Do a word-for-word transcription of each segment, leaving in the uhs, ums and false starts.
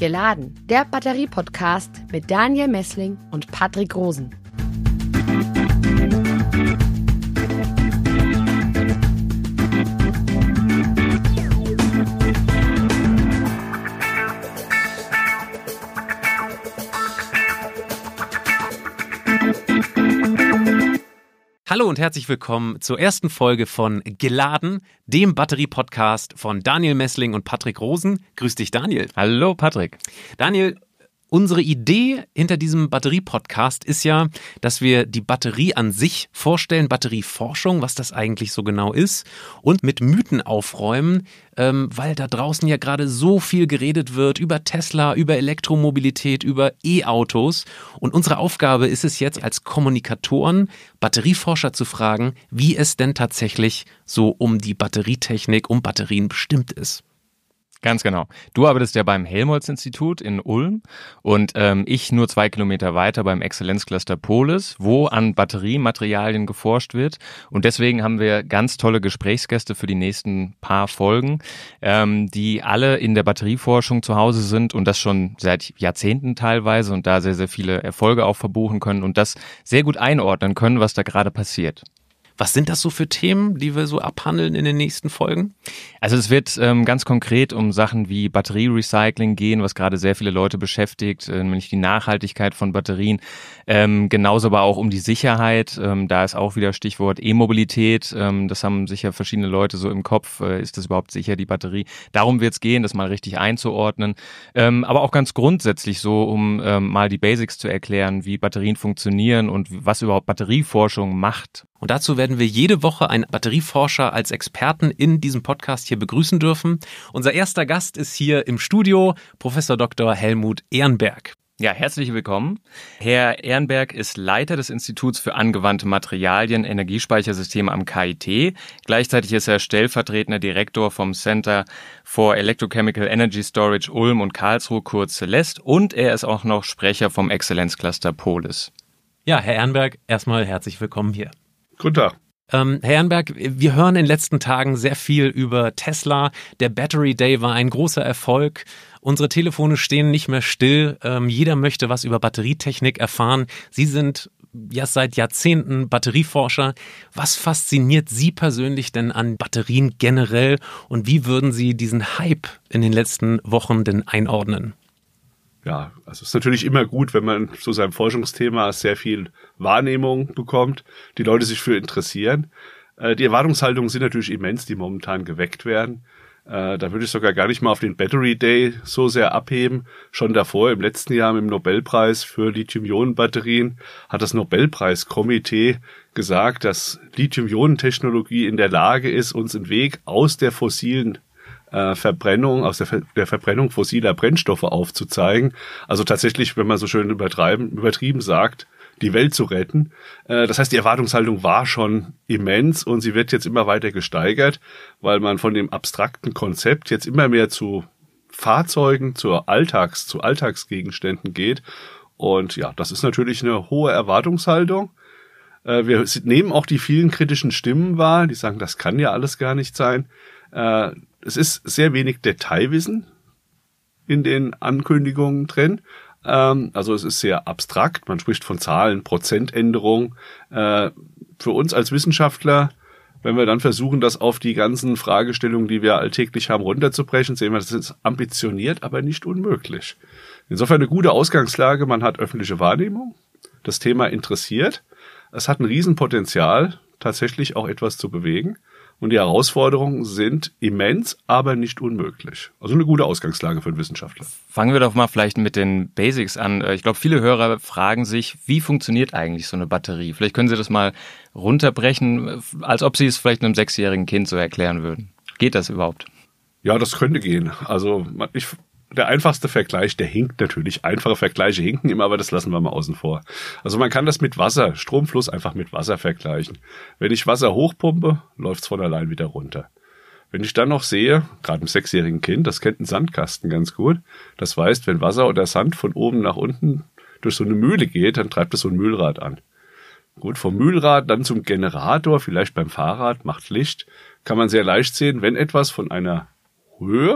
Geladen, der Batterie-Podcast mit Daniel Messling und Patrick Rosen. Hallo und herzlich willkommen zur ersten Folge von Geladen, dem Batterie-Podcast von Daniel Messling und Patrick Rosen. Grüß dich, Daniel. Hallo, Patrick. Daniel, unsere Idee hinter diesem Batterie-Podcast ist ja, dass wir die Batterie an sich vorstellen, Batterieforschung, was das eigentlich so genau ist, und mit Mythen aufräumen, ähm, weil da draußen ja gerade so viel geredet wird über Tesla, über Elektromobilität, über E-Autos. Und unsere Aufgabe ist es jetzt als Kommunikatoren, Batterieforscher zu fragen, wie es denn tatsächlich so um die Batterietechnik, um Batterien bestimmt ist. Ganz genau. Du arbeitest ja beim Helmholtz-Institut in Ulm und ähm, ich nur zwei Kilometer weiter beim Exzellenzcluster Polis, wo an Batteriematerialien geforscht wird. Und deswegen haben wir ganz tolle Gesprächsgäste für die nächsten paar Folgen, ähm, die alle in der Batterieforschung zu Hause sind und das schon seit Jahrzehnten teilweise und da sehr, sehr viele Erfolge auch verbuchen können und das sehr gut einordnen können, was da gerade passiert. Was sind das so für Themen, die wir so abhandeln in den nächsten Folgen? Also es wird ähm, ganz konkret um Sachen wie Batterierecycling gehen, was gerade sehr viele Leute beschäftigt, äh, nämlich die Nachhaltigkeit von Batterien. Ähm, genauso aber auch um die Sicherheit. Ähm, da ist auch wieder Stichwort E-Mobilität. Ähm, das haben sicher verschiedene Leute so im Kopf. Äh, ist das überhaupt sicher, die Batterie? Darum wird es gehen, das mal richtig einzuordnen. Ähm, aber auch ganz grundsätzlich so, um ähm, mal die Basics zu erklären, wie Batterien funktionieren und was überhaupt Batterieforschung macht. Und dazu werden wir jede Woche einen Batterieforscher als Experten in diesem Podcast hier begrüßen dürfen. Unser erster Gast ist hier im Studio Professor Doktor Helmut Ehrenberg. Ja, herzlich willkommen. Herr Ehrenberg ist Leiter des Instituts für angewandte Materialien, Energiespeichersysteme am K I T. Gleichzeitig ist er stellvertretender Direktor vom Center for Electrochemical Energy Storage Ulm und Karlsruhe, kurz Celeste. Und er ist auch noch Sprecher vom Exzellenzcluster Polis. Ja, Herr Ehrenberg, erstmal herzlich willkommen hier. Guten Tag. Ähm, Herr Ehrenberg, wir hören in den letzten Tagen sehr viel über Tesla. Der Battery Day war ein großer Erfolg. Unsere Telefone stehen nicht mehr still. Ähm, jeder möchte was über Batterietechnik erfahren. Sie sind ja seit Jahrzehnten Batterieforscher. Was fasziniert Sie persönlich denn an Batterien generell? Und wie würden Sie diesen Hype in den letzten Wochen denn einordnen? Ja, also es ist natürlich immer gut, wenn man zu seinem Forschungsthema sehr viel Wahrnehmung bekommt, die Leute sich für interessieren. Äh, die Erwartungshaltungen sind natürlich immens, die momentan geweckt werden. Äh, da würde ich sogar gar nicht mal auf den Battery Day so sehr abheben. Schon davor, im letzten Jahr mit dem Nobelpreis für Lithium-Ionen-Batterien, hat das Nobelpreiskomitee gesagt, dass Lithium-Ionen-Technologie in der Lage ist, uns einen Weg aus der fossilen Äh, Verbrennung, aus der, Ver- der Verbrennung fossiler Brennstoffe aufzuzeigen. Also tatsächlich, wenn man so schön übertreiben, übertrieben sagt, die Welt zu retten. Äh, das heißt, die Erwartungshaltung war schon immens und sie wird jetzt immer weiter gesteigert, weil man von dem abstrakten Konzept jetzt immer mehr zu Fahrzeugen, zur Alltags, zu Alltagsgegenständen geht. Und ja, das ist natürlich eine hohe Erwartungshaltung. Äh, wir nehmen auch die vielen kritischen Stimmen wahr, die sagen, das kann ja alles gar nicht sein. Äh, Es ist sehr wenig Detailwissen in den Ankündigungen drin. Ähm, also es ist sehr abstrakt. Man spricht von Zahlen, Prozentänderung. Äh, für uns als Wissenschaftler, wenn wir dann versuchen, das auf die ganzen Fragestellungen, die wir alltäglich haben, runterzubrechen, sehen wir, das ist ambitioniert, aber nicht unmöglich. Insofern eine gute Ausgangslage. Man hat öffentliche Wahrnehmung. Das Thema interessiert. Es hat ein Riesenpotenzial, tatsächlich auch etwas zu bewegen. Und die Herausforderungen sind immens, aber nicht unmöglich. Also eine gute Ausgangslage für einen Wissenschaftler. Fangen wir doch mal vielleicht mit den Basics an. Ich glaube, viele Hörer fragen sich, wie funktioniert eigentlich so eine Batterie? Vielleicht können Sie das mal runterbrechen, als ob Sie es vielleicht einem sechsjährigen Kind so erklären würden. Geht das überhaupt? Ja, das könnte gehen. Also ich... Der einfachste Vergleich, der hinkt natürlich. Einfache Vergleiche hinken immer, aber das lassen wir mal außen vor. Also man kann das mit Wasser, Stromfluss einfach mit Wasser vergleichen. Wenn ich Wasser hochpumpe, läuft's von allein wieder runter. Wenn ich dann noch sehe, gerade im sechsjährigen Kind, das kennt einen Sandkasten ganz gut, das weiß, wenn Wasser oder Sand von oben nach unten durch so eine Mühle geht, dann treibt es so ein Mühlrad an. Gut, vom Mühlrad dann zum Generator, vielleicht beim Fahrrad, macht Licht, kann man sehr leicht sehen, wenn etwas von einer Höhe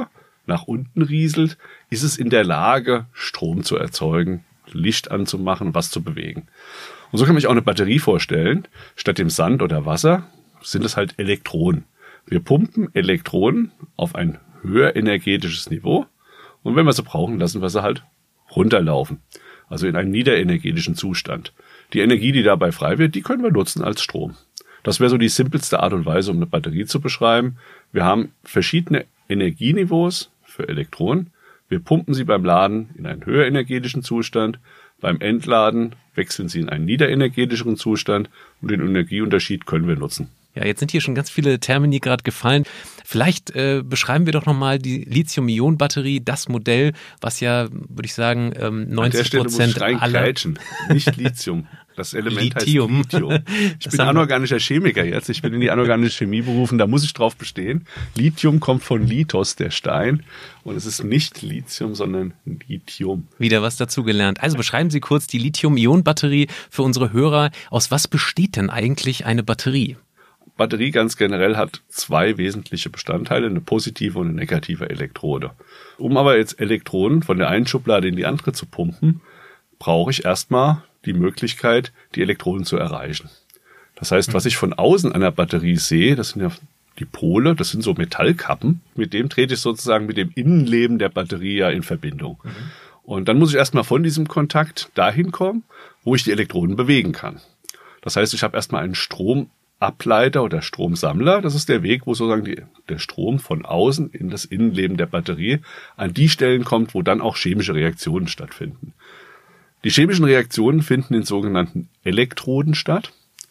nach unten rieselt, ist es in der Lage, Strom zu erzeugen, Licht anzumachen, was zu bewegen. Und so kann man sich auch eine Batterie vorstellen. Statt dem Sand oder Wasser sind es halt Elektronen. Wir pumpen Elektronen auf ein höher energetisches Niveau und wenn wir sie brauchen, lassen wir sie halt runterlaufen. Also in einen niederenergetischen Zustand. Die Energie, die dabei frei wird, die können wir nutzen als Strom. Das wäre so die simpelste Art und Weise, um eine Batterie zu beschreiben. Wir haben verschiedene Energieniveaus für Elektronen. Wir pumpen sie beim Laden in einen höher energetischen Zustand. Beim Entladen wechseln sie in einen niederenergetischeren Zustand und den Energieunterschied können wir nutzen. Ja, jetzt sind hier schon ganz viele Termini gerade gefallen. Vielleicht äh, beschreiben wir doch nochmal die Lithium-Ionen-Batterie, das Modell, was ja, würde ich sagen, ähm, neunzig Prozent aller... Nicht Lithium. Das Element Lithium. heißt Lithium. Ich bin anorganischer Chemiker jetzt. Ich bin in die anorganische Chemie berufen. Da muss ich drauf bestehen. Lithium kommt von Lithos, der Stein. Und es ist nicht Lithium, sondern Lithium. Wieder was dazugelernt. Also beschreiben Sie kurz die Lithium-Ionen-Batterie für unsere Hörer. Aus was besteht denn eigentlich eine Batterie? Batterie ganz generell hat zwei wesentliche Bestandteile, eine positive und eine negative Elektrode. Um aber jetzt Elektronen von der einen Schublade in die andere zu pumpen, brauche ich erstmal die Möglichkeit, die Elektronen zu erreichen. Das heißt, was ich von außen an der Batterie sehe, das sind ja die Pole, das sind so Metallkappen, mit dem trete ich sozusagen mit dem Innenleben der Batterie ja in Verbindung. Mhm. Und dann muss ich erstmal von diesem Kontakt dahin kommen, wo ich die Elektronen bewegen kann. Das heißt, ich habe erstmal einen Stromableiter oder Stromsammler. Das ist der Weg, wo sozusagen die, der Strom von außen in das Innenleben der Batterie an die Stellen kommt, wo dann auch chemische Reaktionen stattfinden. Die chemischen Reaktionen finden in sogenannten Elektroden statt.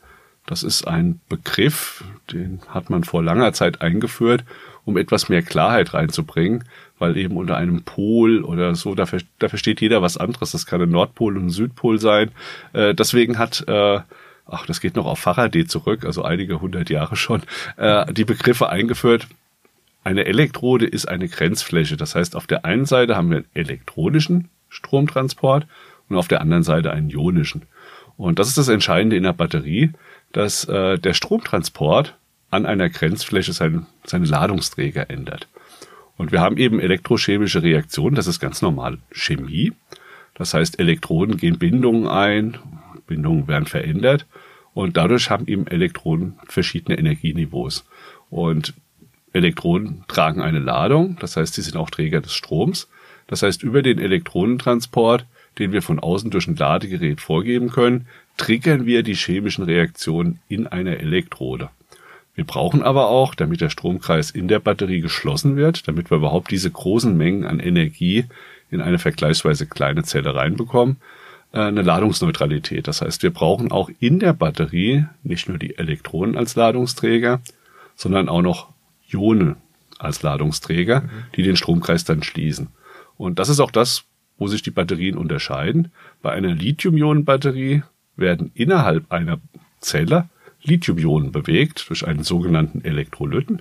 Das ist ein Begriff, den hat man vor langer Zeit eingeführt, um etwas mehr Klarheit reinzubringen, weil eben unter einem Pol oder so, da, da versteht jeder was anderes. Das kann ein Nordpol und ein Südpol sein. Äh, deswegen hat, äh, ach, das geht noch auf Faraday zurück, also einige hundert Jahre schon, äh, die Begriffe eingeführt. Eine Elektrode ist eine Grenzfläche. Das heißt, auf der einen Seite haben wir einen elektronischen Stromtransport und auf der anderen Seite einen ionischen. Und das ist das Entscheidende in der Batterie, dass äh, der Stromtransport an einer Grenzfläche sein, seine Ladungsträger ändert. Und wir haben eben elektrochemische Reaktionen, das ist ganz normal Chemie. Das heißt, Elektronen gehen Bindungen ein, Bindungen werden verändert und dadurch haben eben Elektronen verschiedene Energieniveaus. Und Elektronen tragen eine Ladung, das heißt, sie sind auch Träger des Stroms. Das heißt, über den Elektronentransport, den wir von außen durch ein Ladegerät vorgeben können, triggern wir die chemischen Reaktionen in einer Elektrode. Wir brauchen aber auch, damit der Stromkreis in der Batterie geschlossen wird, damit wir überhaupt diese großen Mengen an Energie in eine vergleichsweise kleine Zelle reinbekommen, eine Ladungsneutralität. Das heißt, wir brauchen auch in der Batterie nicht nur die Elektronen als Ladungsträger, sondern auch noch Ionen als Ladungsträger, mhm. die den Stromkreis dann schließen. Und das ist auch das, wo sich die Batterien unterscheiden. Bei einer Lithium-Ionen-Batterie werden innerhalb einer Zelle Lithium-Ionen bewegt durch einen sogenannten Elektrolyten.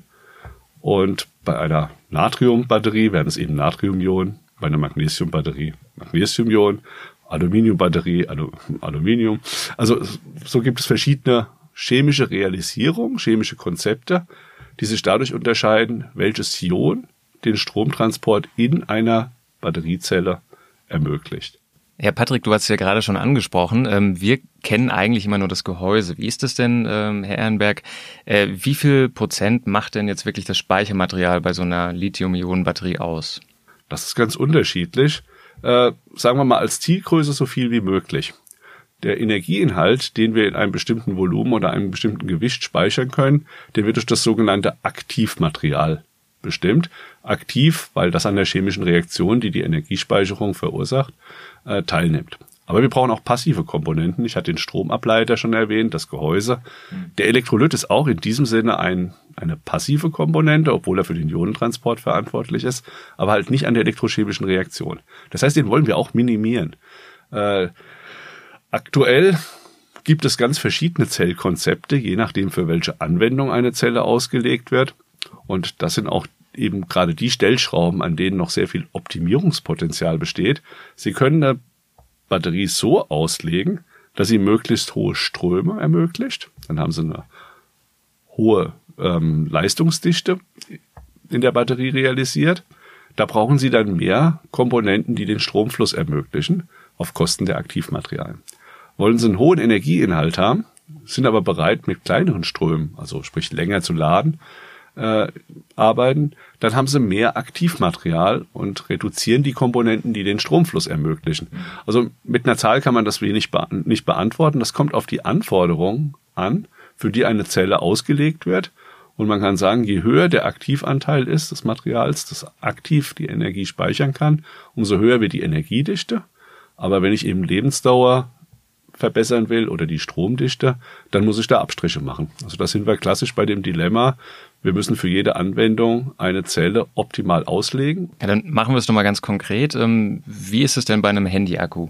Und bei einer Natrium-Batterie werden es eben Natrium-Ionen, bei einer Magnesium-Batterie Magnesium-Ionen, Aluminium-Batterie Alu- Aluminium. Also so gibt es verschiedene chemische Realisierungen, chemische Konzepte, die sich dadurch unterscheiden, welches Ion den Stromtransport in einer Batteriezelle ermöglicht. Ja, Patrick, du hast es ja gerade schon angesprochen. Ähm, wir kennen eigentlich immer nur das Gehäuse. Wie ist das denn, ähm, Herr Ehrenberg? Äh, wie viel Prozent macht denn jetzt wirklich das Speichermaterial bei so einer Lithium-Ionen-Batterie aus? Das ist ganz unterschiedlich. Äh, sagen wir mal als Zielgröße so viel wie möglich. Der Energieinhalt, den wir in einem bestimmten Volumen oder einem bestimmten Gewicht speichern können, der wird durch das sogenannte Aktivmaterial bestimmt. Aktiv, weil das an der chemischen Reaktion, die die Energiespeicherung verursacht, äh, teilnimmt. Aber wir brauchen auch passive Komponenten. Ich hatte den Stromableiter schon erwähnt, das Gehäuse. Mhm. Der Elektrolyt ist auch in diesem Sinne ein, eine passive Komponente, obwohl er für den Ionentransport verantwortlich ist, aber halt nicht an der elektrochemischen Reaktion. Das heißt, den wollen wir auch minimieren. Äh, aktuell gibt es ganz verschiedene Zellkonzepte, je nachdem für welche Anwendung eine Zelle ausgelegt wird. Und das sind auch eben gerade die Stellschrauben, an denen noch sehr viel Optimierungspotenzial besteht. Sie können eine Batterie so auslegen, dass sie möglichst hohe Ströme ermöglicht. Dann haben sie eine hohe ähm, Leistungsdichte in der Batterie realisiert. Da brauchen Sie dann mehr Komponenten, die den Stromfluss ermöglichen, auf Kosten der Aktivmaterialien. Wollen Sie einen hohen Energieinhalt haben, sind aber bereit, mit kleineren Strömen, also sprich länger zu laden, äh, arbeiten, dann haben Sie mehr Aktivmaterial und reduzieren die Komponenten, die den Stromfluss ermöglichen. Also mit einer Zahl kann man das wenig be- nicht beantworten. Das kommt auf die Anforderungen an, für die eine Zelle ausgelegt wird. Und man kann sagen, je höher der Aktivanteil ist des Materials, das aktiv die Energie speichern kann, umso höher wird die Energiedichte. Aber wenn ich eben Lebensdauer verbessern will oder die Stromdichte, dann muss ich da Abstriche machen. Also da sind wir klassisch bei dem Dilemma, wir müssen für jede Anwendung eine Zelle optimal auslegen. Ja, dann machen wir es nochmal ganz konkret. Wie ist es denn bei einem Handy-Akku?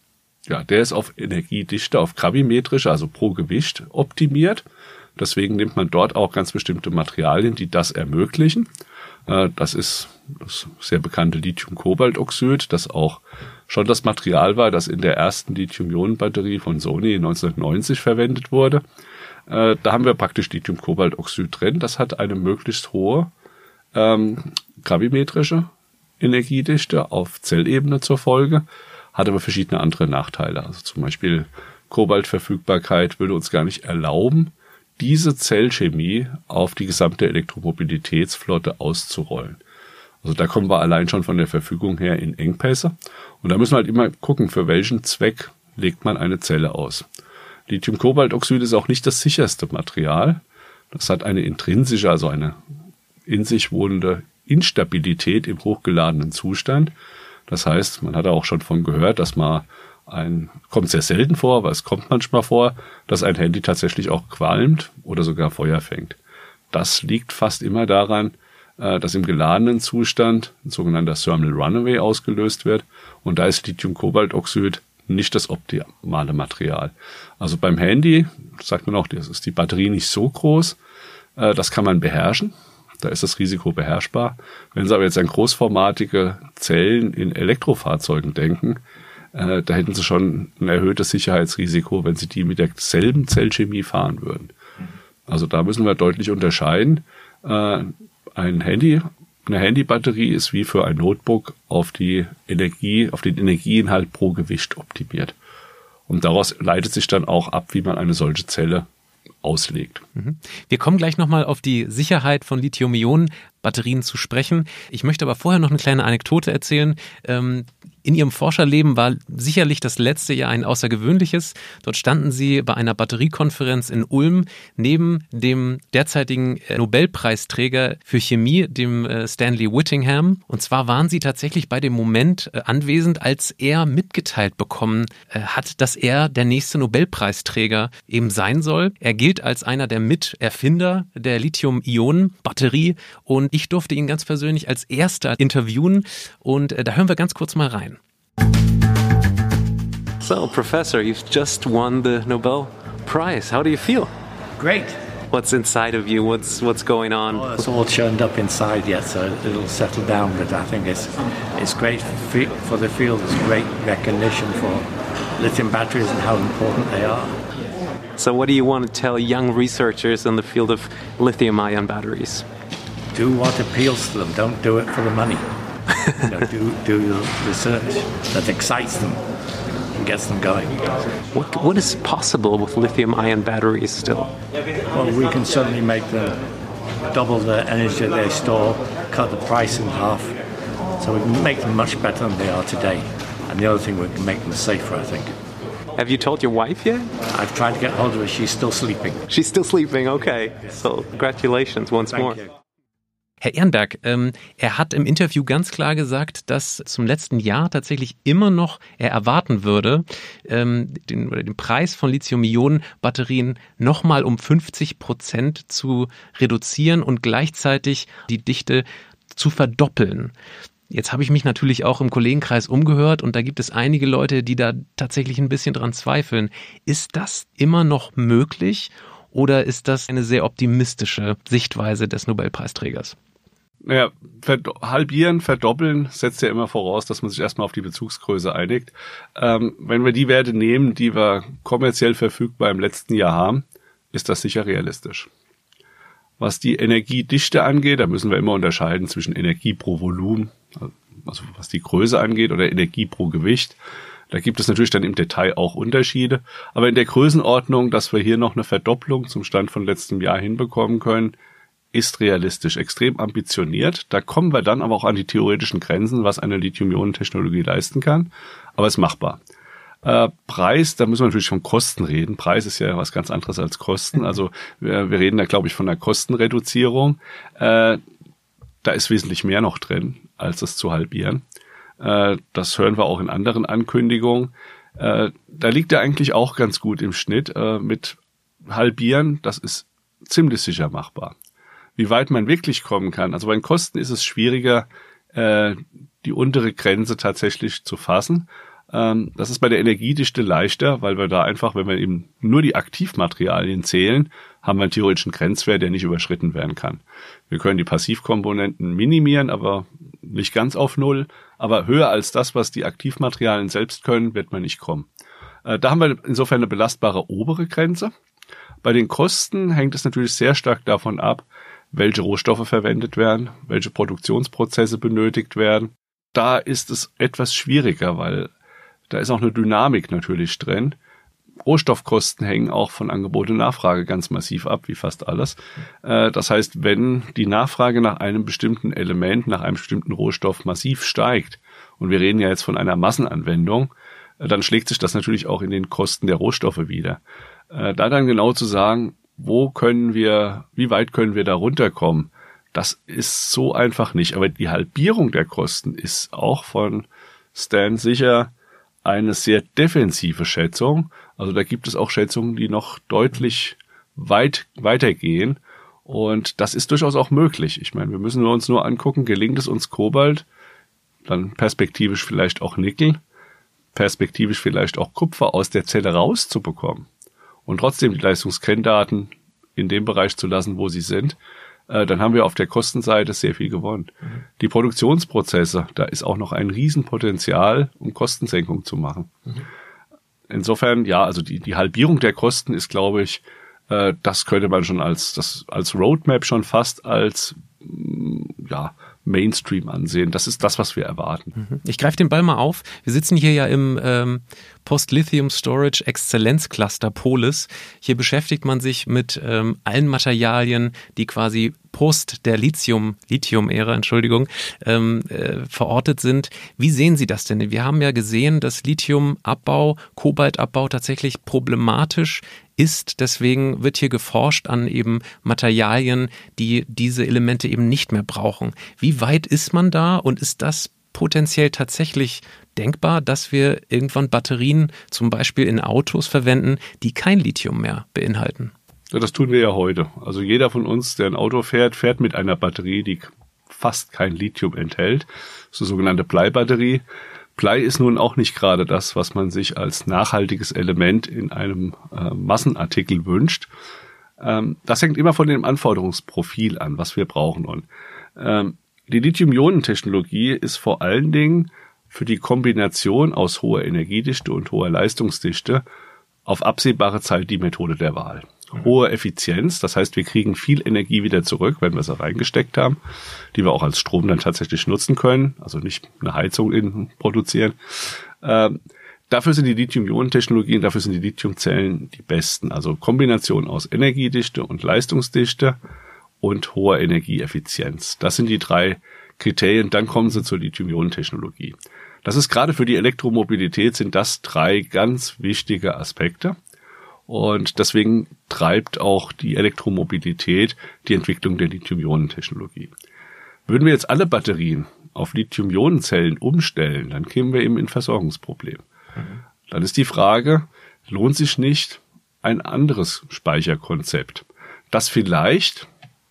Ja, der ist auf Energiedichte, auf gravimetrische, also pro Gewicht optimiert. Deswegen nimmt man dort auch ganz bestimmte Materialien, die das ermöglichen. Das ist das sehr bekannte Lithium-Kobalt-Oxid, das auch schon das Material war, das in der ersten Lithium-Ionen-Batterie von Sony neunzehnhundertneunzig verwendet wurde. Da haben wir praktisch Lithium-Kobalt-Oxid drin. Das hat eine möglichst hohe ähm, gravimetrische Energiedichte auf Zellebene zur Folge, hat aber verschiedene andere Nachteile. Also zum Beispiel Kobaltverfügbarkeit würde uns gar nicht erlauben, diese Zellchemie auf die gesamte Elektromobilitätsflotte auszurollen. Also da kommen wir allein schon von der Verfügung her in Engpässe. Und da müssen wir halt immer gucken, für welchen Zweck legt man eine Zelle aus. Lithium-Kobalt-Oxid ist auch nicht das sicherste Material. Das hat eine intrinsische, also eine in sich wohnende Instabilität im hochgeladenen Zustand. Das heißt, man hat auch schon von gehört, dass man ein, kommt sehr selten vor, aber es kommt manchmal vor, dass ein Handy tatsächlich auch qualmt oder sogar Feuer fängt. Das liegt fast immer daran, dass im geladenen Zustand ein sogenannter Thermal Runaway ausgelöst wird. Und da ist Lithium-Kobalt-Oxid nicht das optimale Material. Also beim Handy sagt man auch, das ist die Batterie nicht so groß. Das kann man beherrschen. Da ist das Risiko beherrschbar. Wenn Sie aber jetzt an großformatige Zellen in Elektrofahrzeugen denken, äh, da hätten Sie schon ein erhöhtes Sicherheitsrisiko, wenn Sie die mit derselben Zellchemie fahren würden. Also da müssen wir deutlich unterscheiden. Äh, ein Handy, eine Handybatterie ist wie für ein Notebook auf die Energie, auf den Energieinhalt pro Gewicht optimiert. Und daraus leitet sich dann auch ab, wie man eine solche Zelle auslegt. Wir kommen gleich nochmal auf die Sicherheit von Lithium-Ionen-Batterien zu sprechen. Ich möchte aber vorher noch eine kleine Anekdote erzählen. In Ihrem Forscherleben war sicherlich das letzte Jahr ein außergewöhnliches. Dort standen Sie bei einer Batteriekonferenz in Ulm neben dem derzeitigen Nobelpreisträger für Chemie, dem Stanley Whittingham. Und zwar waren Sie tatsächlich bei dem Moment anwesend, als er mitgeteilt bekommen hat, dass er der nächste Nobelpreisträger eben sein soll. Er gilt als einer der Miterfinder der Lithium-Ionen-Batterie und ich durfte ihn ganz persönlich als erster interviewen und da hören wir ganz kurz mal rein. So, Professor, you've just won the Nobel Prize. How do you feel? Great. What's inside of you? What's what's going on? Oh, it's all churned up inside yet, so it'll settle down. But I think it's it's great for, for the field. It's great recognition for lithium batteries and how important they are. So, what do you want to tell young researchers in the field of lithium-ion batteries? Do what appeals to them. Don't do it for the money. You know, do do the research that excites them and gets them going. What what is possible with lithium-ion batteries still? Well, we can certainly make them double the energy they store, cut the price in half, so we can make them much better than they are today. And the other thing, we can make them safer, I think. Have you told your wife yet? I've tried to get hold of her. She's still sleeping. She's still sleeping. Okay. So congratulations once Thank more. you. Herr Ehrenberg, ähm, er hat im Interview ganz klar gesagt, dass zum letzten Jahr tatsächlich immer noch er erwarten würde, ähm, den, oder den Preis von Lithium-Ionen-Batterien nochmal um fünfzig Prozent zu reduzieren und gleichzeitig die Dichte zu verdoppeln. Jetzt habe ich mich natürlich auch im Kollegenkreis umgehört und da gibt es einige Leute, die da tatsächlich ein bisschen dran zweifeln. Ist das immer noch möglich oder ist das eine sehr optimistische Sichtweise des Nobelpreisträgers? Naja, verd- halbieren, verdoppeln setzt ja immer voraus, dass man sich erstmal auf die Bezugsgröße einigt. Ähm, wenn wir die Werte nehmen, die wir kommerziell verfügbar im letzten Jahr haben, ist das sicher realistisch. Was die Energiedichte angeht, da müssen wir immer unterscheiden zwischen Energie pro Volumen, also was die Größe angeht, oder Energie pro Gewicht. Da gibt es natürlich dann im Detail auch Unterschiede. Aber in der Größenordnung, dass wir hier noch eine Verdopplung zum Stand von letztem Jahr hinbekommen können, ist realistisch, extrem ambitioniert. Da kommen wir dann aber auch an die theoretischen Grenzen, was eine Lithium-Ionen-Technologie leisten kann. Aber es ist machbar. Äh, Preis, da müssen wir natürlich von Kosten reden. Preis ist ja was ganz anderes als Kosten. Also wir, wir reden da, glaube ich, von einer Kostenreduzierung. Äh, da ist wesentlich mehr noch drin, als es zu halbieren. Äh, das hören wir auch in anderen Ankündigungen. Äh, da liegt er eigentlich auch ganz gut im Schnitt. Äh, mit halbieren, das ist ziemlich sicher machbar. Wie weit man wirklich kommen kann. Also bei den Kosten ist es schwieriger, äh, die untere Grenze tatsächlich zu fassen. Ähm, das ist bei der Energiedichte leichter, weil wir da einfach, wenn wir eben nur die Aktivmaterialien zählen, haben wir einen theoretischen Grenzwert, der nicht überschritten werden kann. Wir können die Passivkomponenten minimieren, aber nicht ganz auf Null. Aber höher als das, was die Aktivmaterialien selbst können, wird man nicht kommen. Äh, da haben wir insofern eine belastbare obere Grenze. Bei den Kosten hängt es natürlich sehr stark davon ab, welche Rohstoffe verwendet werden, welche Produktionsprozesse benötigt werden. Da ist es etwas schwieriger, weil da ist auch eine Dynamik natürlich drin. Rohstoffkosten hängen auch von Angebot und Nachfrage ganz massiv ab, wie fast alles. Das heißt, wenn die Nachfrage nach einem bestimmten Element, nach einem bestimmten Rohstoff massiv steigt, und wir reden ja jetzt von einer Massenanwendung, dann schlägt sich das natürlich auch in den Kosten der Rohstoffe wieder. Da dann genau zu sagen, wo können wir, wie weit können wir da runterkommen? Das ist so einfach nicht. Aber die Halbierung der Kosten ist auch von Stan sicher eine sehr defensive Schätzung. Also da gibt es auch Schätzungen, die noch deutlich weit weitergehen. Und das ist durchaus auch möglich. Ich meine, wir müssen uns nur angucken, gelingt es uns Kobalt, dann perspektivisch vielleicht auch Nickel, perspektivisch vielleicht auch Kupfer aus der Zelle rauszubekommen. Und trotzdem die Leistungskenndaten in dem Bereich zu lassen, wo sie sind, äh, dann haben wir auf der Kostenseite sehr viel gewonnen. Mhm. Die Produktionsprozesse, da ist auch noch ein Riesenpotenzial, um Kostensenkung zu machen. Mhm. Insofern, ja, also die, die Halbierung der Kosten ist, glaube ich, äh, das könnte man schon als, das, als Roadmap schon fast als, ja, Mainstream ansehen. Das ist das, was wir erwarten. Ich greife den Ball mal auf. Wir sitzen hier ja im ähm, Post-Lithium Storage Exzellenz Cluster Polis. Hier beschäftigt man sich mit ähm, allen Materialien, die quasi post der Lithium, Lithium-Ära, Entschuldigung, ähm, äh, verortet sind. Wie sehen Sie das denn? Wir haben ja gesehen, dass Lithiumabbau, Kobaltabbau tatsächlich problematisch ist. Deswegen wird hier geforscht an eben Materialien, die diese Elemente eben nicht mehr brauchen. Wie weit ist man da und ist das potenziell tatsächlich denkbar, dass wir irgendwann Batterien zum Beispiel in Autos verwenden, die kein Lithium mehr beinhalten? Ja, das tun wir ja heute. Also jeder von uns, der ein Auto fährt, fährt mit einer Batterie, die fast kein Lithium enthält. Das ist eine sogenannte Bleibatterie. Blei ist nun auch nicht gerade das, was man sich als nachhaltiges Element in einem äh, Massenartikel wünscht. Ähm, das hängt immer von dem Anforderungsprofil an, was wir brauchen. Und ähm, die Lithium-Ionen-Technologie ist vor allen Dingen für die Kombination aus hoher Energiedichte und hoher Leistungsdichte auf absehbare Zeit die Methode der Wahl. Hohe Effizienz, das heißt, wir kriegen viel Energie wieder zurück, wenn wir sie reingesteckt haben, die wir auch als Strom dann tatsächlich nutzen können, also nicht eine Heizung in produzieren. Ähm, dafür sind die Lithium-Ionen-Technologien, dafür sind die Lithiumzellen die besten. Also Kombination aus Energiedichte und Leistungsdichte und hoher Energieeffizienz. Das sind die drei Kriterien, dann kommen sie zur Lithium-Ionen-Technologie. Das ist gerade für die Elektromobilität sind das drei ganz wichtige Aspekte. Und deswegen treibt auch die Elektromobilität die Entwicklung der Lithium-Ionen-Technologie. Würden wir jetzt alle Batterien auf Lithium-Ionen-Zellen umstellen, dann kämen wir eben in Versorgungsproblem. Mhm. Dann ist die Frage, lohnt sich nicht ein anderes Speicherkonzept, das vielleicht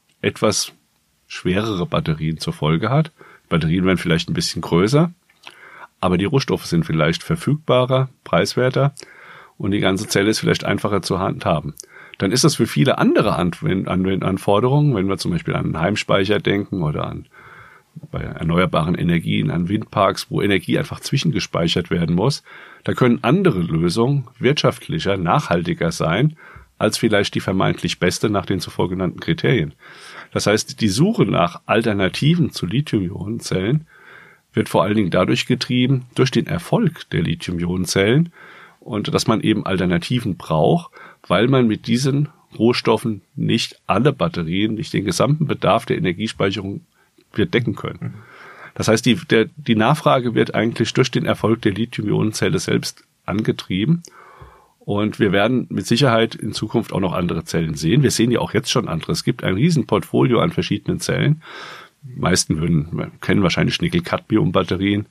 etwas schwerere Batterien zur Folge hat. Batterien werden vielleicht ein bisschen größer, aber die Rohstoffe sind vielleicht verfügbarer, preiswerter. Und die ganze Zelle ist vielleicht einfacher zu handhaben. Dann ist das für viele andere Anwend- Anwend- Anforderungen, wenn wir zum Beispiel an einen Heimspeicher denken oder an bei erneuerbaren Energien, an Windparks, wo Energie einfach zwischengespeichert werden muss, da können andere Lösungen wirtschaftlicher, nachhaltiger sein als vielleicht die vermeintlich beste nach den zuvor genannten Kriterien. Das heißt, die Suche nach Alternativen zu Lithium-Ionen-Zellen wird vor allen Dingen dadurch getrieben, durch den Erfolg der Lithium-Ionen-Zellen und dass man eben Alternativen braucht, weil man mit diesen Rohstoffen nicht alle Batterien, nicht den gesamten Bedarf der Energiespeicherung wird decken können. Das heißt, die, der, die Nachfrage wird eigentlich durch den Erfolg der Lithium-Ionen-Zelle selbst angetrieben. Und wir werden mit Sicherheit in Zukunft auch noch andere Zellen sehen. Wir sehen ja auch jetzt schon andere. Es gibt ein Riesenportfolio an verschiedenen Zellen. Die meisten würden, kennen wahrscheinlich Nickel-Cadmium-Batterien.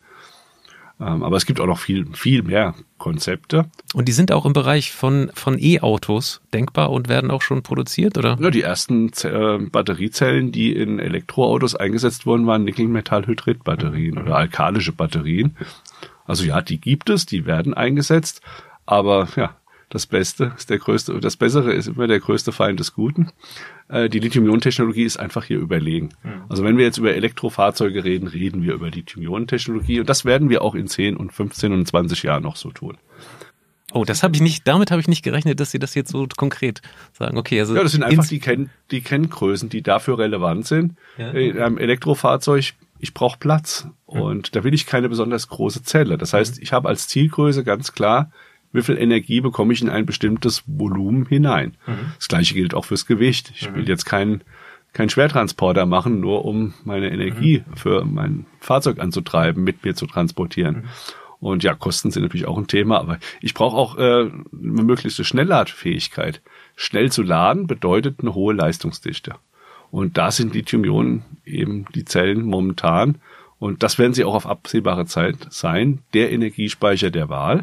Aber es gibt auch noch viel, viel mehr Konzepte. Und die sind auch im Bereich von, von E-Autos denkbar und werden auch schon produziert, oder? Ja, die ersten äh, Batteriezellen, die in Elektroautos eingesetzt wurden, waren Nickel-Metall-Hydrid-Batterien oder alkalische Batterien. Also ja, die gibt es, die werden eingesetzt. Aber ja, das Beste ist der größte, das Bessere ist immer der größte Feind des Guten. Äh, die Lithium-Ionen-Technologie ist einfach hier überlegen. Mhm. Also wenn wir jetzt über Elektrofahrzeuge reden, reden wir über Lithium-Ionen-Technologie. Und das werden wir auch in zehn und fünfzehn und zwanzig Jahren noch so tun. Oh, das habe ich nicht, damit habe ich nicht gerechnet, dass Sie das jetzt so konkret sagen. Okay, also. Ja, das sind einfach die, Ken- die Kenngrößen, die dafür relevant sind. Ja. In einem Elektrofahrzeug, ich brauche Platz. Mhm. Und da will ich keine besonders große Zelle. Das heißt, ich habe als Zielgröße ganz klar, wie viel Energie bekomme ich in ein bestimmtes Volumen hinein. Mhm. Das Gleiche gilt auch fürs Gewicht. Ich mhm. will jetzt keinen keinen Schwertransporter machen, nur um meine Energie mhm. für mein Fahrzeug anzutreiben, mit mir zu transportieren. Mhm. Und ja, Kosten sind natürlich auch ein Thema, aber ich brauche auch äh, eine möglichste Schnellladfähigkeit. Schnell zu laden bedeutet eine hohe Leistungsdichte. Und da sind Lithium-Ionen eben die Zellen momentan. Und das werden sie auch auf absehbare Zeit sein, der Energiespeicher der Wahl.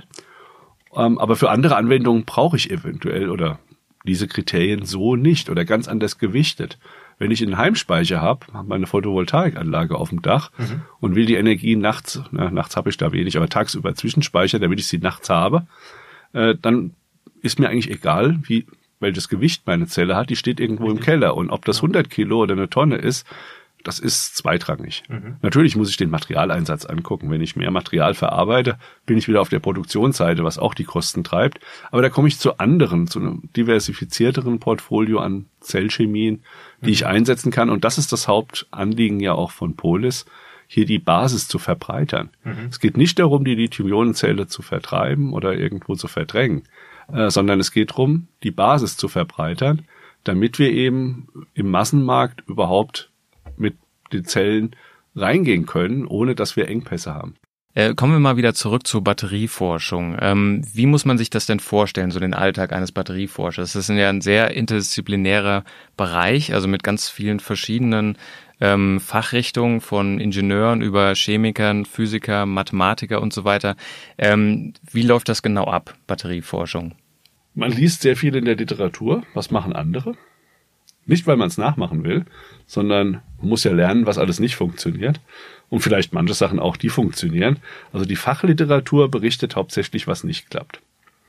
Aber für andere Anwendungen brauche ich eventuell oder diese Kriterien so nicht oder ganz anders gewichtet. Wenn ich einen Heimspeicher habe, habe meine Photovoltaikanlage auf dem Dach mhm. und will die Energie nachts, na, nachts habe ich da wenig, aber tagsüber zwischenspeichern, damit ich sie nachts habe, äh, dann ist mir eigentlich egal, wie welches Gewicht meine Zelle hat. Die steht irgendwo Richtig. Im Keller und ob das hundert Kilo oder eine Tonne ist, das ist zweitrangig. Mhm. Natürlich muss ich den Materialeinsatz angucken. Wenn ich mehr Material verarbeite, bin ich wieder auf der Produktionsseite, was auch die Kosten treibt. Aber da komme ich zu anderen, zu einem diversifizierteren Portfolio an Zellchemien, die mhm. ich einsetzen kann. Und das ist das Hauptanliegen ja auch von Polis, hier die Basis zu verbreitern. Mhm. Es geht nicht darum, die Lithium-Ionen-Zelle zu vertreiben oder irgendwo zu verdrängen, äh, sondern es geht darum, die Basis zu verbreitern, damit wir eben im Massenmarkt überhaupt mit den Zellen reingehen können, ohne dass wir Engpässe haben. Äh, kommen wir mal wieder zurück zur Batterieforschung. Ähm, wie muss man sich das denn vorstellen, so den Alltag eines Batterieforschers? Das ist ja ein sehr interdisziplinärer Bereich, also mit ganz vielen verschiedenen ähm, Fachrichtungen von Ingenieuren über Chemikern, Physiker, Mathematiker und so weiter. Ähm, wie läuft das genau ab, Batterieforschung? Man liest sehr viel in der Literatur. Was machen andere? Nicht, weil man es nachmachen will, sondern man muss ja lernen, was alles nicht funktioniert. Und vielleicht manche Sachen auch, die funktionieren. Also die Fachliteratur berichtet hauptsächlich, was nicht klappt.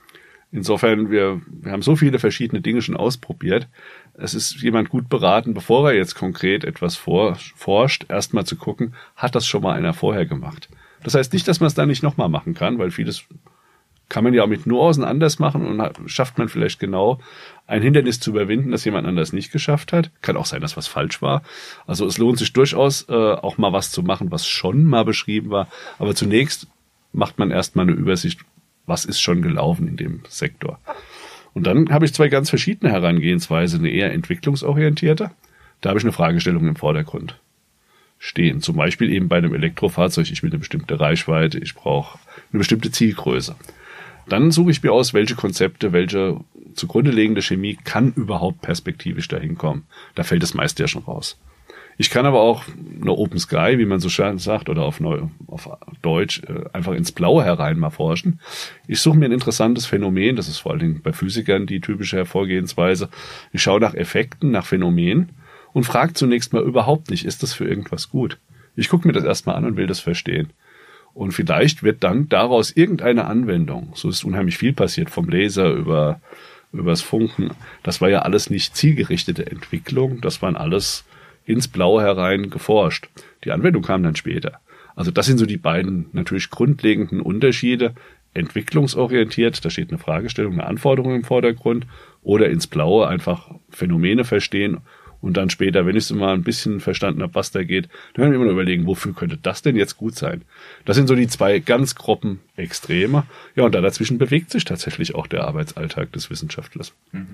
Insofern, wir, wir haben so viele verschiedene Dinge schon ausprobiert. Es ist jemand gut beraten, bevor er jetzt konkret etwas vor, forscht, erstmal zu gucken, hat das schon mal einer vorher gemacht. Das heißt nicht, dass man es dann nicht nochmal machen kann, weil vieles kann man ja auch mit Nuancen anders machen und schafft man vielleicht genau ein Hindernis zu überwinden, das jemand anders nicht geschafft hat. Kann auch sein, dass was falsch war. Also es lohnt sich durchaus, äh, auch mal was zu machen, was schon mal beschrieben war. Aber zunächst macht man erstmal eine Übersicht, was ist schon gelaufen in dem Sektor. Und dann habe ich zwei ganz verschiedene Herangehensweisen. Eine eher entwicklungsorientierte. Da habe ich eine Fragestellung im Vordergrund stehen. Zum Beispiel eben bei einem Elektrofahrzeug. Ich will eine bestimmte Reichweite, ich brauche eine bestimmte Zielgröße. Dann suche ich mir aus, welche Konzepte, welche zugrunde liegende Chemie kann überhaupt perspektivisch dahin kommen. Da fällt das meiste ja schon raus. Ich kann aber auch eine Open Sky, wie man so schön sagt, oder auf, Neu, auf Deutsch, einfach ins Blaue herein mal forschen. Ich suche mir ein interessantes Phänomen, das ist vor allen Dingen bei Physikern die typische Hervorgehensweise. Ich schaue nach Effekten, nach Phänomenen und frage zunächst mal überhaupt nicht, ist das für irgendwas gut? Ich gucke mir das erstmal an und will das verstehen. Und vielleicht wird dann daraus irgendeine Anwendung, so ist unheimlich viel passiert, vom Laser über übers Funken, das war ja alles nicht zielgerichtete Entwicklung, das waren alles ins Blaue herein geforscht. Die Anwendung kam dann später. Also das sind so die beiden natürlich grundlegenden Unterschiede entwicklungsorientiert, da steht eine Fragestellung, eine Anforderung im Vordergrund, oder ins Blaue einfach Phänomene verstehen und dann später, wenn ich es mal ein bisschen verstanden habe, was da geht, dann kann ich immer noch überlegen, wofür könnte das denn jetzt gut sein? Das sind so die zwei ganz groben Extreme. Ja, und da dazwischen bewegt sich tatsächlich auch der Arbeitsalltag des Wissenschaftlers.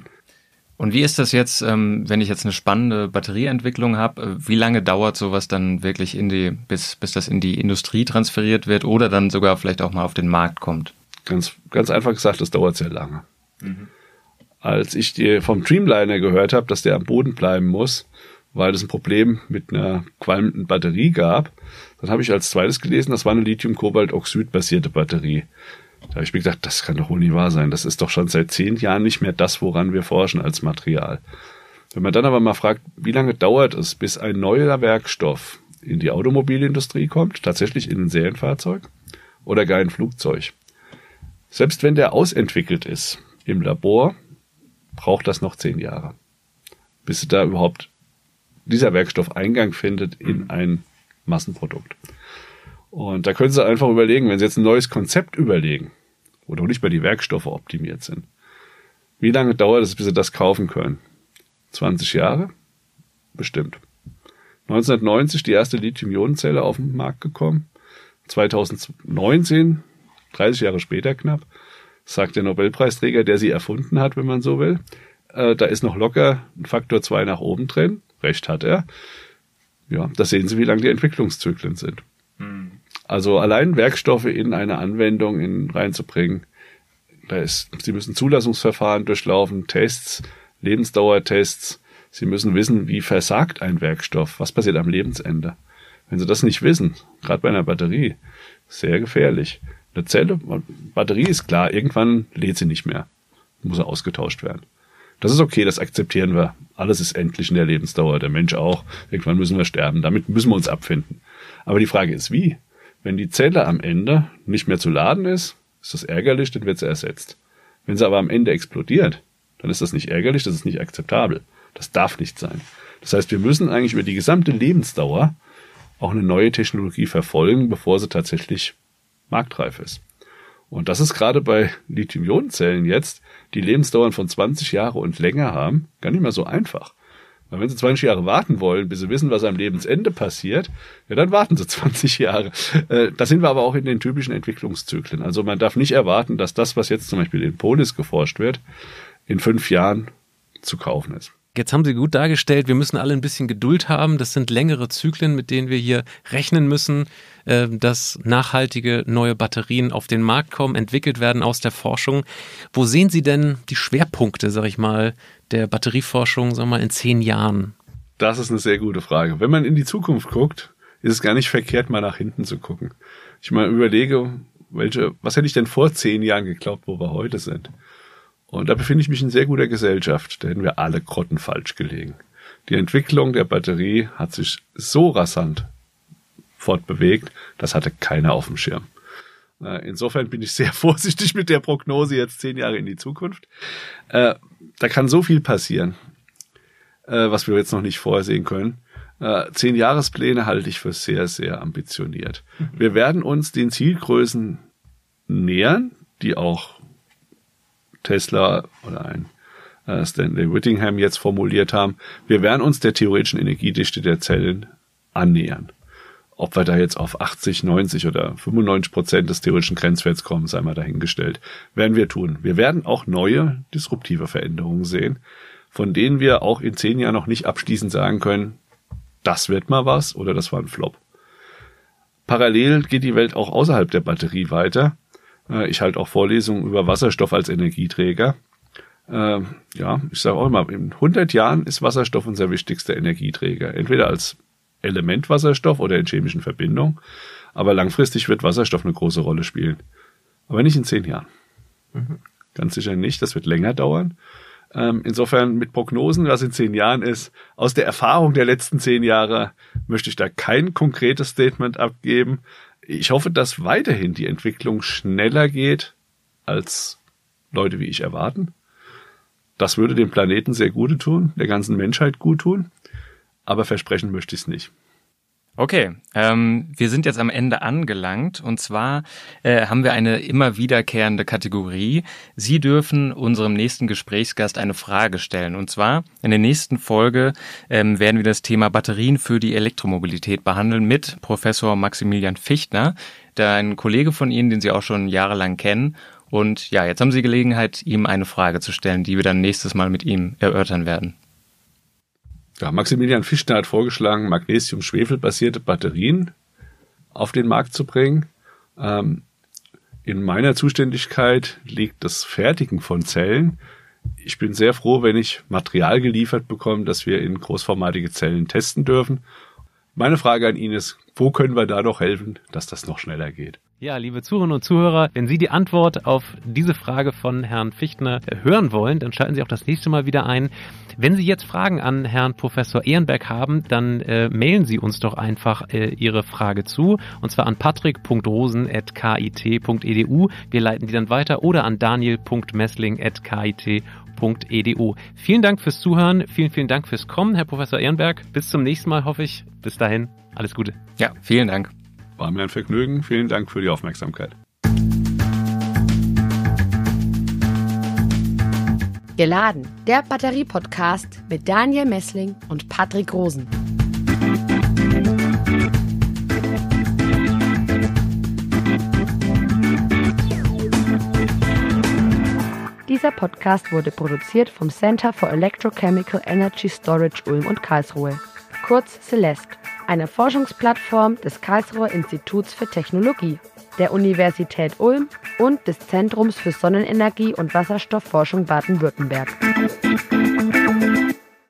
Und wie ist das jetzt, ähm, wenn ich jetzt eine spannende Batterieentwicklung habe? Wie lange dauert sowas dann wirklich in die, bis, bis das in die Industrie transferiert wird oder dann sogar vielleicht auch mal auf den Markt kommt? Ganz, ganz einfach gesagt, das dauert sehr lange. Mhm. Als ich die vom Dreamliner gehört habe, dass der am Boden bleiben muss, weil es ein Problem mit einer qualmenden Batterie gab, dann habe ich als zweites gelesen, das war eine Lithium-Kobalt-Oxid-basierte Batterie. Da habe ich mir gedacht, das kann doch wohl nicht wahr sein. Das ist doch schon seit zehn Jahren nicht mehr das, woran wir forschen als Material. Wenn man dann aber mal fragt, wie lange dauert es, bis ein neuer Werkstoff in die Automobilindustrie kommt, tatsächlich in ein Serienfahrzeug oder gar ein Flugzeug. Selbst wenn der ausentwickelt ist im Labor, braucht das noch zehn Jahre, bis da überhaupt dieser Werkstoff Eingang findet in ein Massenprodukt. Und da können Sie einfach überlegen, wenn Sie jetzt ein neues Konzept überlegen, wo doch nicht mehr die Werkstoffe optimiert sind, wie lange dauert es, bis Sie das kaufen können? zwanzig Jahre? Bestimmt. neunzehnhundertneunzig die erste Lithium-Ionen-Zelle auf den Markt gekommen. zweitausendneunzehn, dreißig Jahre später knapp, sagt der Nobelpreisträger, der sie erfunden hat, wenn man so will. Äh, da ist noch locker ein Faktor zwei nach oben drin. Recht hat er. Ja, da sehen Sie, wie lang die Entwicklungszyklen sind. Mhm. Also allein Werkstoffe in eine Anwendung in, reinzubringen, da ist, Sie müssen Zulassungsverfahren durchlaufen, Tests, Lebensdauertests. Sie müssen wissen, wie versagt ein Werkstoff, was passiert am Lebensende. Wenn Sie das nicht wissen, gerade bei einer Batterie, sehr gefährlich. Eine Zelle, Batterie ist klar, irgendwann lädt sie nicht mehr, muss er ausgetauscht werden. Das ist okay, das akzeptieren wir. Alles ist endlich in der Lebensdauer, der Mensch auch. Irgendwann müssen wir sterben, damit müssen wir uns abfinden. Aber die Frage ist, wie? Wenn die Zelle am Ende nicht mehr zu laden ist, ist das ärgerlich, dann wird sie ersetzt. Wenn sie aber am Ende explodiert, dann ist das nicht ärgerlich, das ist nicht akzeptabel. Das darf nicht sein. Das heißt, wir müssen eigentlich über die gesamte Lebensdauer auch eine neue Technologie verfolgen, bevor sie tatsächlich marktreif ist. Und das ist gerade bei Lithium-Ionen-Zellen jetzt, die Lebensdauern von zwanzig Jahre und länger haben, gar nicht mehr so einfach. Weil wenn Sie zwanzig Jahre warten wollen, bis Sie wissen, was am Lebensende passiert, ja, dann warten Sie zwanzig Jahre. Da sind wir aber auch in den typischen Entwicklungszyklen. Also man darf nicht erwarten, dass das, was jetzt zum Beispiel in Polis geforscht wird, in fünf Jahren zu kaufen ist. Jetzt haben Sie gut dargestellt, wir müssen alle ein bisschen Geduld haben. Das sind längere Zyklen, mit denen wir hier rechnen müssen, dass nachhaltige neue Batterien auf den Markt kommen, entwickelt werden aus der Forschung. Wo sehen Sie denn die Schwerpunkte, sag ich mal, der Batterieforschung, sagen wir mal, in zehn Jahren? Das ist eine sehr gute Frage. Wenn man in die Zukunft guckt, ist es gar nicht verkehrt, mal nach hinten zu gucken. Ich mal überlege, welche, was hätte ich denn vor zehn Jahren geglaubt, wo wir heute sind? Und da befinde ich mich in sehr guter Gesellschaft. Da hätten wir alle grottenfalsch gelegen. Die Entwicklung der Batterie hat sich so rasant fortbewegt, das hatte keiner auf dem Schirm. Insofern bin ich sehr vorsichtig mit der Prognose jetzt zehn Jahre in die Zukunft. Da kann so viel passieren, was wir jetzt noch nicht vorsehen können. Zehn Jahrespläne halte ich für sehr, sehr ambitioniert. Wir werden uns den Zielgrößen nähern, die auch Tesla oder ein äh, Stanley Whittingham jetzt formuliert haben. Wir werden uns der theoretischen Energiedichte der Zellen annähern. Ob wir da jetzt auf achtzig, neunzig oder fünfundneunzig Prozent des theoretischen Grenzwerts kommen, sei mal dahingestellt. Werden wir tun. Wir werden auch neue disruptive Veränderungen sehen, von denen wir auch in zehn Jahren noch nicht abschließend sagen können, das wird mal was oder das war ein Flop. Parallel geht die Welt auch außerhalb der Batterie weiter. Ich halte auch Vorlesungen über Wasserstoff als Energieträger. Äh, ja, ich sage auch immer, in hundert Jahren ist Wasserstoff unser wichtigster Energieträger. Entweder als Elementwasserstoff oder in chemischen Verbindungen. Aber langfristig wird Wasserstoff eine große Rolle spielen. Aber nicht in zehn Jahren. Mhm. Ganz sicher nicht, das wird länger dauern. Ähm, insofern mit Prognosen, was in zehn Jahren ist, aus der Erfahrung der letzten zehn Jahre möchte ich da kein konkretes Statement abgeben. Ich hoffe, dass weiterhin die Entwicklung schneller geht, als Leute wie ich erwarten. Das würde dem Planeten sehr gut tun, der ganzen Menschheit gut tun. Aber versprechen möchte ich es nicht. Okay, ähm, wir sind jetzt am Ende angelangt und zwar äh, haben wir eine immer wiederkehrende Kategorie. Sie dürfen unserem nächsten Gesprächsgast eine Frage stellen und zwar in der nächsten Folge ähm, werden wir das Thema Batterien für die Elektromobilität behandeln mit Professor Maximilian Fichtner, der ein Kollege von Ihnen, den Sie auch schon jahrelang kennen. Und ja, jetzt haben Sie Gelegenheit, ihm eine Frage zu stellen, die wir dann nächstes Mal mit ihm erörtern werden. Ja, Maximilian Fichtner hat vorgeschlagen, Magnesium-Schwefel-basierte Batterien auf den Markt zu bringen. Ähm, in meiner Zuständigkeit liegt das Fertigen von Zellen. Ich bin sehr froh, wenn ich Material geliefert bekomme, das wir in großformatige Zellen testen dürfen. Meine Frage an ihn ist, wo können wir da doch helfen, dass das noch schneller geht? Ja, liebe Zuhörerinnen und Zuhörer, wenn Sie die Antwort auf diese Frage von Herrn Fichtner hören wollen, dann schalten Sie auch das nächste Mal wieder ein. Wenn Sie jetzt Fragen an Herrn Professor Ehrenberg haben, dann äh, mailen Sie uns doch einfach äh, Ihre Frage zu, und zwar an patrick punkt rosen at k i t punkt e d u. Wir leiten die dann weiter oder an daniel punkt messling at k i t punkt e d u. Vielen Dank fürs Zuhören, vielen, vielen Dank fürs Kommen, Herr Professor Ehrenberg. Bis zum nächsten Mal, hoffe ich. Bis dahin, alles Gute. Ja, vielen Dank. War mir ein Vergnügen. Vielen Dank für die Aufmerksamkeit. Geladen, der Batterie-Podcast mit Daniel Messling und Patrick Rosen. Dieser Podcast wurde produziert vom Center for Electrochemical Energy Storage Ulm und Karlsruhe, kurz CELEST, eine Forschungsplattform des Karlsruher Instituts für Technologie, der Universität Ulm und des Zentrums für Sonnenenergie und Wasserstoffforschung Baden-Württemberg.